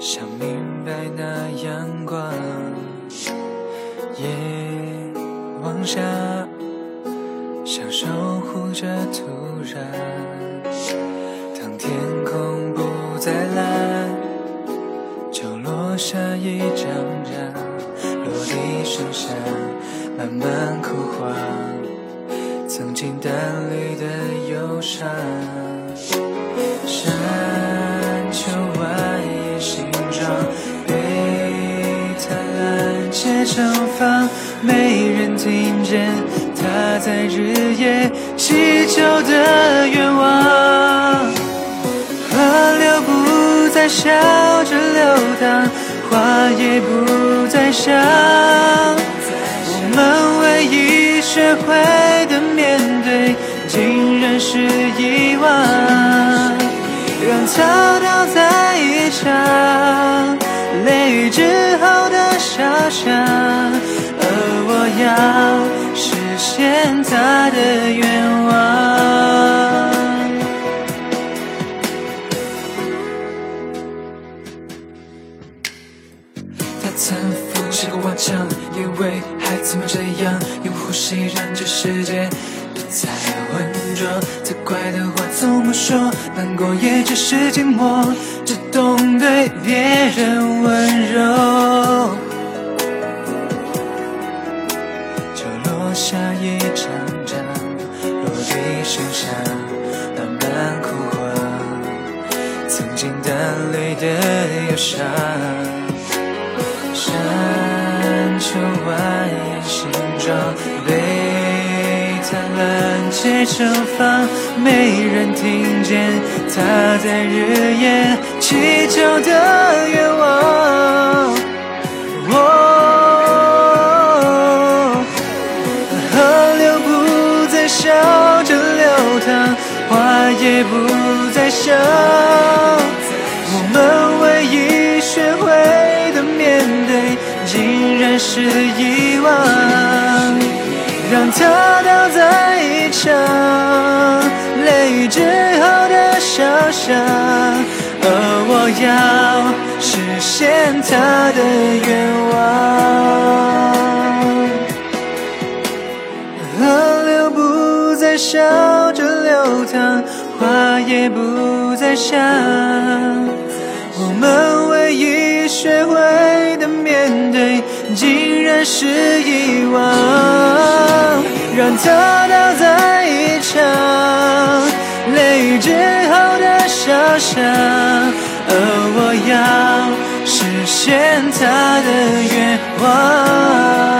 想明白那阳光，夜望下，想守护着突然。当天空不再蓝，就落下一张张，落地生香，慢慢枯黄，曾经淡绿的忧伤。山丘蜿蜒形状，被贪婪结成房，没人听见他在日夜祈求的愿望。河流不再笑着流淌，花也不再香，我们唯一学会的面对，竟然是遗忘。让它掉在一场雷雨之后的小巷，而我要实现他的愿望。他曾复习过顽强，以为孩子们这样用呼吸让这世界不再浑浊，责怪的话总不说，难过也只是寂寞，只懂对别人温柔。就落下一张张，落地生香，慢慢枯黄，曾经淡绿的忧伤。山丘蜿蜒形状，被贪婪结成房，没人听见他在日夜祈求的愿望。河流不再笑着流淌，花也不再香，我们唯一学会的面对，竟然是遗忘。让它掉在一场雷雨之后的小巷，而我要实现他的愿望。河流不再笑着流淌，花也不再香，我们唯一学会的面对，竟然是遗忘。让它掉在一场雷雨之后的小巷，而我要实现它的愿望。